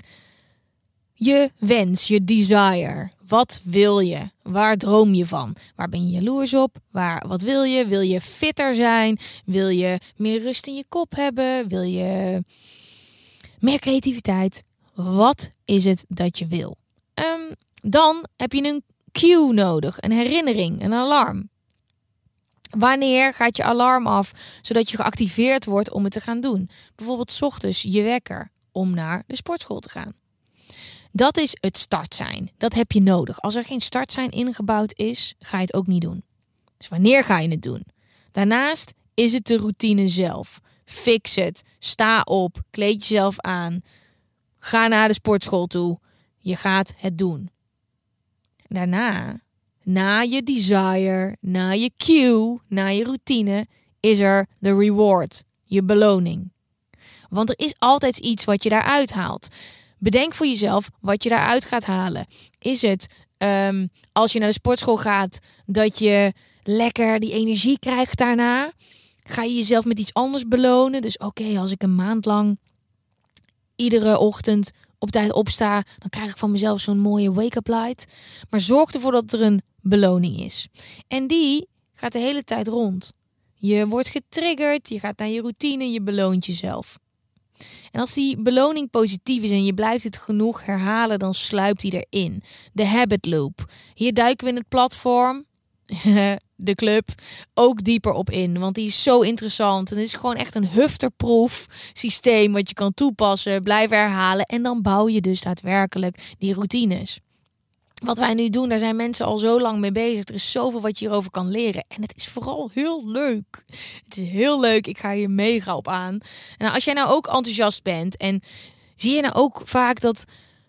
je wens, je desire. Wat wil je? Waar droom je van? Waar ben je jaloers op? Wat wil je? Wil je fitter zijn? Wil je meer rust in je kop hebben? Wil je meer creativiteit? Wat is het dat je wil? Dan heb je een cue nodig. Een herinnering, een alarm. Wanneer gaat je alarm af, zodat je geactiveerd wordt om het te gaan doen? Bijvoorbeeld 's ochtends je wekker om naar de sportschool te gaan. Dat is het startsein. Dat heb je nodig. Als er geen startsein ingebouwd is, ga je het ook niet doen. Dus wanneer ga je het doen? Daarnaast is het de routine zelf. Fix het. Sta op. Kleed jezelf aan. Ga naar de sportschool toe. Je gaat het doen. Daarna, na je desire, na je cue, na je routine, is er de reward. Je beloning. Want er is altijd iets wat je daaruit haalt. Bedenk voor jezelf wat je daaruit gaat halen. Is het als je naar de sportschool gaat dat je lekker die energie krijgt daarna? Ga je jezelf met iets anders belonen? Dus oké, als ik een maand lang iedere ochtend op tijd opsta, dan krijg ik van mezelf zo'n mooie wake-up light. Maar zorg ervoor dat er een beloning is. En die gaat de hele tijd rond. Je wordt getriggerd, je gaat naar je routine, je beloont jezelf. En als die beloning positief is en je blijft het genoeg herhalen, dan sluipt die erin. De habit loop. Hier duiken we in het platform, de club, ook dieper op in. Want die is zo interessant. En het is gewoon echt een hufterproof systeem wat je kan toepassen, blijven herhalen. En dan bouw je dus daadwerkelijk die routines. Wat wij nu doen, daar zijn mensen al zo lang mee bezig. Er is zoveel wat je hierover kan leren. En het is vooral heel leuk. Het is heel leuk. Ik ga hier mega op aan. En als jij nou ook enthousiast bent en zie je nou ook vaak dat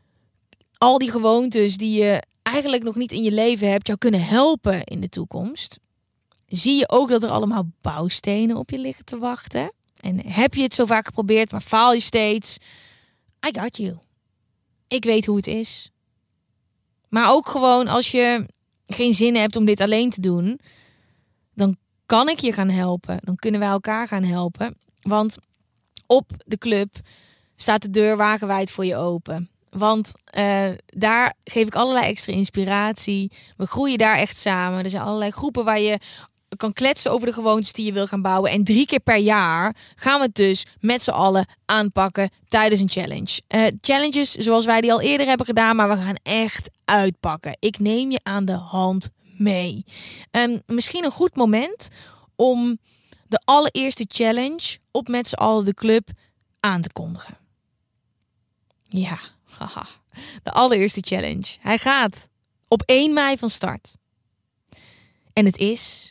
al die gewoontes die je eigenlijk nog niet in je leven hebt, jou kunnen helpen in de toekomst. Zie je ook dat er allemaal bouwstenen op je liggen te wachten. En heb je het zo vaak geprobeerd, maar faal je steeds. I got you. Ik weet hoe het is. Maar ook gewoon als je geen zin hebt om dit alleen te doen, dan kan ik je gaan helpen. Dan kunnen wij elkaar gaan helpen. Want op de club staat de deur wagenwijd voor je open. Want daar geef ik allerlei extra inspiratie. We groeien daar echt samen. Er zijn allerlei groepen waar je kan kletsen over de gewoontes die je wil gaan bouwen. En 3 keer per jaar gaan we het dus met z'n allen aanpakken tijdens een challenge. Challenges zoals wij die al eerder hebben gedaan, maar we gaan echt uitpakken. Ik neem je aan de hand mee. Misschien een goed moment om de allereerste challenge op met z'n allen de club aan te kondigen. Ja, haha. De allereerste challenge. Hij gaat op 1 mei van start. En het is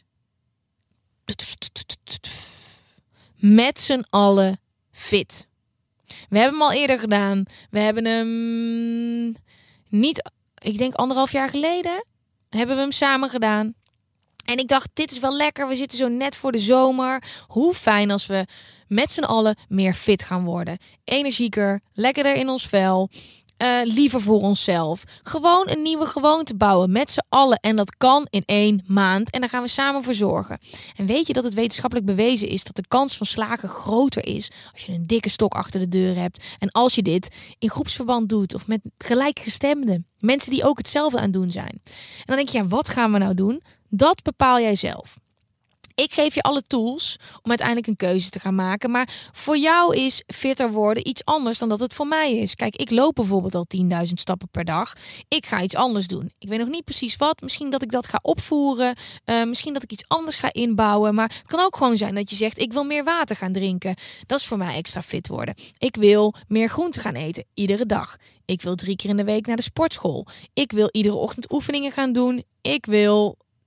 met z'n allen fit. We hebben hem al eerder gedaan. We hebben hem niet, ik denk 1,5 jaar geleden, hebben we hem samen gedaan. En ik dacht, dit is wel lekker. We zitten zo net voor de zomer. Hoe fijn als we met z'n allen meer fit gaan worden. Energieker, lekkerder in ons vel. Liever voor onszelf. Gewoon een nieuwe gewoonte bouwen met z'n allen. En dat kan in 1 maand. En daar gaan we samen voor zorgen. En weet je dat het wetenschappelijk bewezen is dat de kans van slagen groter is als je een dikke stok achter de deur hebt. En als je dit in groepsverband doet of met gelijkgestemden. Mensen die ook hetzelfde aan het doen zijn. En dan denk je, ja, wat gaan we nou doen? Dat bepaal jij zelf. Ik geef je alle tools om uiteindelijk een keuze te gaan maken. Maar voor jou is fitter worden iets anders dan dat het voor mij is. Kijk, ik loop bijvoorbeeld al 10.000 stappen per dag. Ik ga iets anders doen. Ik weet nog niet precies wat. Misschien dat ik dat ga opvoeren. Misschien dat ik iets anders ga inbouwen. Maar het kan ook gewoon zijn dat je zegt, ik wil meer water gaan drinken. Dat is voor mij extra fit worden. Ik wil meer groente gaan eten. Iedere dag. Ik wil 3 keer in de week naar de sportschool. Ik wil iedere ochtend oefeningen gaan doen. Ik wil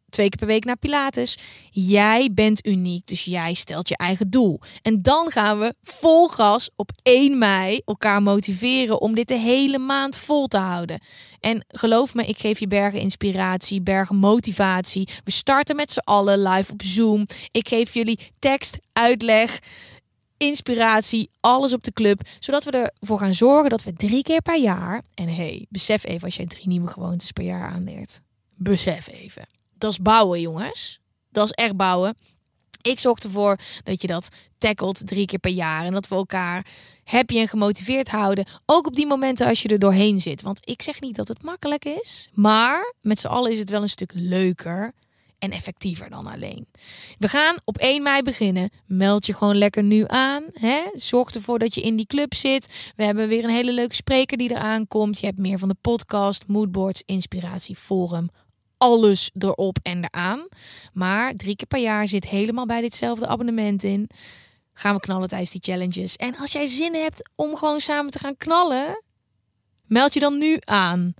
2 keer per week naar Pilates. Jij bent uniek, dus jij stelt je eigen doel. En dan gaan we vol gas op 1 mei elkaar motiveren om dit de hele maand vol te houden. En geloof me, ik geef je bergen inspiratie, bergen motivatie. We starten met z'n allen live op Zoom. Ik geef jullie tekst, uitleg, inspiratie, alles op de club. Zodat we ervoor gaan zorgen dat we 3 keer per jaar... En besef even als jij 3 nieuwe gewoontes per jaar aanleert. Besef even. Dat is bouwen, jongens. Dat is echt bouwen. Ik zorg ervoor dat je dat tackelt 3 keer per jaar. En dat we elkaar happy en gemotiveerd houden. Ook op die momenten als je er doorheen zit. Want ik zeg niet dat het makkelijk is. Maar met z'n allen is het wel een stuk leuker en effectiever dan alleen. We gaan op 1 mei beginnen. Meld je gewoon lekker nu aan. Hè? Zorg ervoor dat je in die club zit. We hebben weer een hele leuke spreker die eraan komt. Je hebt meer van de podcast, moodboards, inspiratie, forum. Alles erop en eraan. Maar 3 keer per jaar zit helemaal bij ditzelfde abonnement in. Gaan we knallen tijdens die challenges. En als jij zin hebt om gewoon samen te gaan knallen, meld je dan nu aan.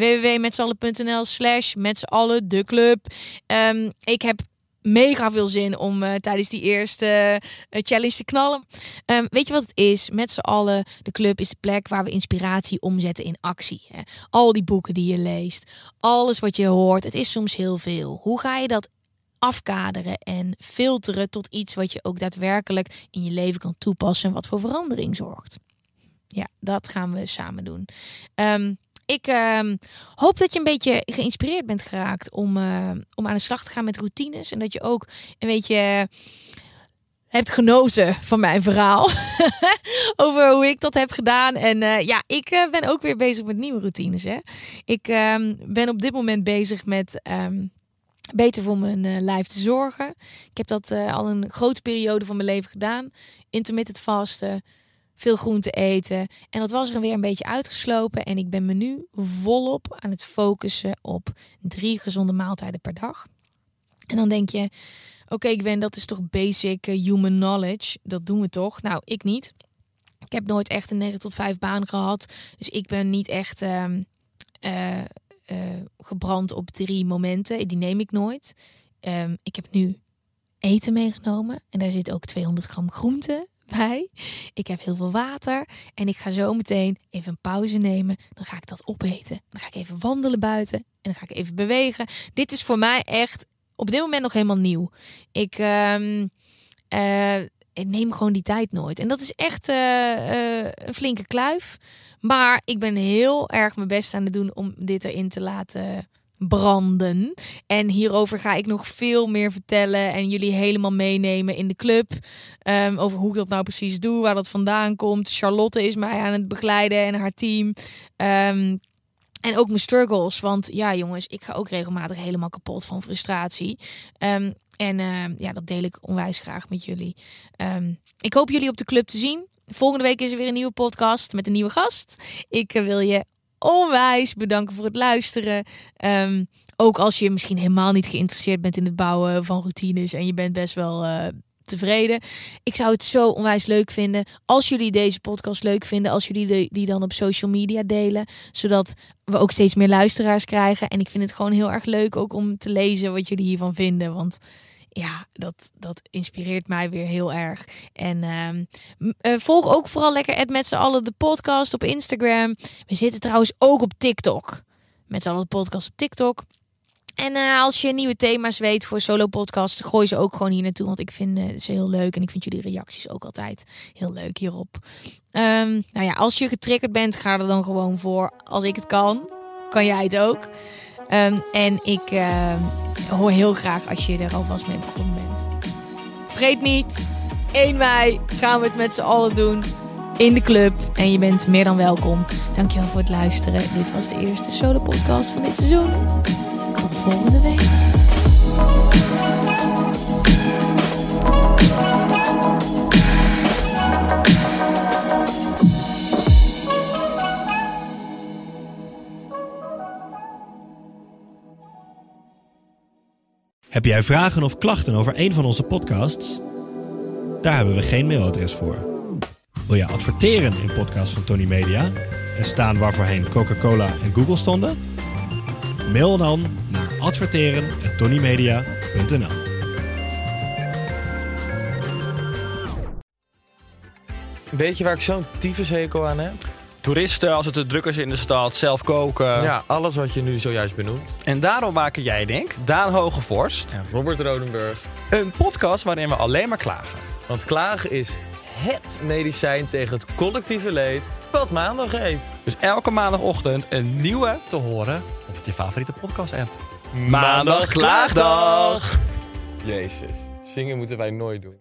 www.metzallen.nl/metzallen de club. Ik heb mega veel zin om tijdens die eerste challenge te knallen. Weet je wat het is? Met z'n allen, de club is de plek waar we inspiratie omzetten in actie. Hè? Al die boeken die je leest, alles wat je hoort, het is soms heel veel. Hoe ga je dat afkaderen en filteren tot iets wat je ook daadwerkelijk in je leven kan toepassen en wat voor verandering zorgt? Ja, dat gaan we samen doen. Ik hoop dat je een beetje geïnspireerd bent geraakt om aan de slag te gaan met routines. En dat je ook een beetje hebt genoten van mijn verhaal. Over hoe ik dat heb gedaan. En ik ben ook weer bezig met nieuwe routines. Hè. Ik ben op dit moment bezig met beter voor mijn lijf te zorgen. Ik heb dat al een grote periode van mijn leven gedaan. Intermittent vasten. Veel groente eten. En dat was er weer een beetje uitgeslopen. En ik ben me nu volop aan het focussen op 3 gezonde maaltijden per dag. En dan denk je, oké, Gwen, dat is toch basic human knowledge. Dat doen we toch? Nou, ik niet. Ik heb nooit echt een 9 tot 5 baan gehad. Dus ik ben niet echt gebrand op 3 momenten. Die neem ik nooit. Ik heb nu eten meegenomen. En daar zit ook 200 gram groente bij. Ik heb heel veel water. En ik ga zo meteen even een pauze nemen. Dan ga ik dat opeten. Dan ga ik even wandelen buiten. En dan ga ik even bewegen. Dit is voor mij echt op dit moment nog helemaal nieuw. Ik neem gewoon die tijd nooit. En dat is echt een flinke kluif. Maar ik ben heel erg mijn best aan het doen om dit erin te laten branden. En hierover ga ik nog veel meer vertellen en jullie helemaal meenemen in de club. Over hoe ik dat nou precies doe, waar dat vandaan komt. Charlotte is mij aan het begeleiden en haar team. En ook mijn struggles. Want ja, jongens, ik ga ook regelmatig helemaal kapot van frustratie. Dat deel ik onwijs graag met jullie. Ik hoop jullie op de club te zien. Volgende week is er weer een nieuwe podcast met een nieuwe gast. Ik wil je onwijs bedanken voor het luisteren. Ook als je misschien helemaal niet geïnteresseerd bent in het bouwen van routines en je bent best wel tevreden. Ik zou het zo onwijs leuk vinden als jullie deze podcast leuk vinden, als jullie die dan op social media delen, zodat we ook steeds meer luisteraars krijgen. En ik vind het gewoon heel erg leuk ook om te lezen wat jullie hiervan vinden, want ja, dat inspireert mij weer heel erg. En volg ook vooral lekker met z'n allen de podcast op Instagram. We zitten trouwens ook op TikTok. Met z'n allen de podcast op TikTok. En als je nieuwe thema's weet voor solo podcasts, gooi ze ook gewoon hier naartoe. Want ik vind ze heel leuk. En ik vind jullie reacties ook altijd heel leuk hierop. Als je getriggerd bent, ga er dan gewoon voor. Als ik het kan jij het ook. En ik hoor heel graag als je er alvast mee begonnen bent. Vergeet niet, 1 mei gaan we het met z'n allen doen in de club. En je bent meer dan welkom. Dankjewel voor het luisteren. Dit was de eerste solo podcast van dit seizoen. Tot volgende week. Heb jij vragen of klachten over een van onze podcasts? Daar hebben we geen mailadres voor. Wil je adverteren in podcasts van Tony Media en staan waarvoorheen Coca-Cola en Google stonden? Mail dan naar adverteren@tonymedia.nl. Weet je waar ik zo'n tyfushekel aan heb? Toeristen, als het te druk is in de stad, zelf koken. Ja, alles wat je nu zojuist benoemt. En daarom maken jij, Daan Hogevorst, En Robert Rodenburg. een podcast waarin we alleen maar klagen. Want klagen is HET medicijn tegen het collectieve leed wat maandag heet. Dus elke maandagochtend een nieuwe te horen op je favoriete podcast-app. Maandag Klaagdag! Jezus, zingen moeten wij nooit doen.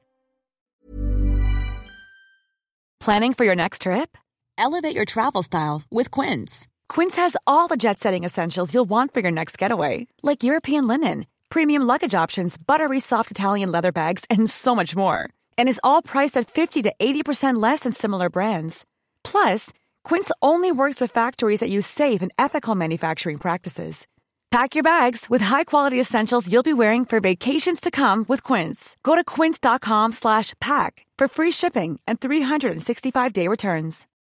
Planning for your next trip? Elevate your travel style with Quince. Quince has all the jet-setting essentials you'll want for your next getaway, like European linen, premium luggage options, buttery soft Italian leather bags, and so much more. And is all priced at 50 to 80% less than similar brands. Plus, Quince only works with factories that use safe and ethical manufacturing practices. Pack your bags with high-quality essentials you'll be wearing for vacations to come with Quince. Go to quince.com/pack for free shipping and 365-day returns.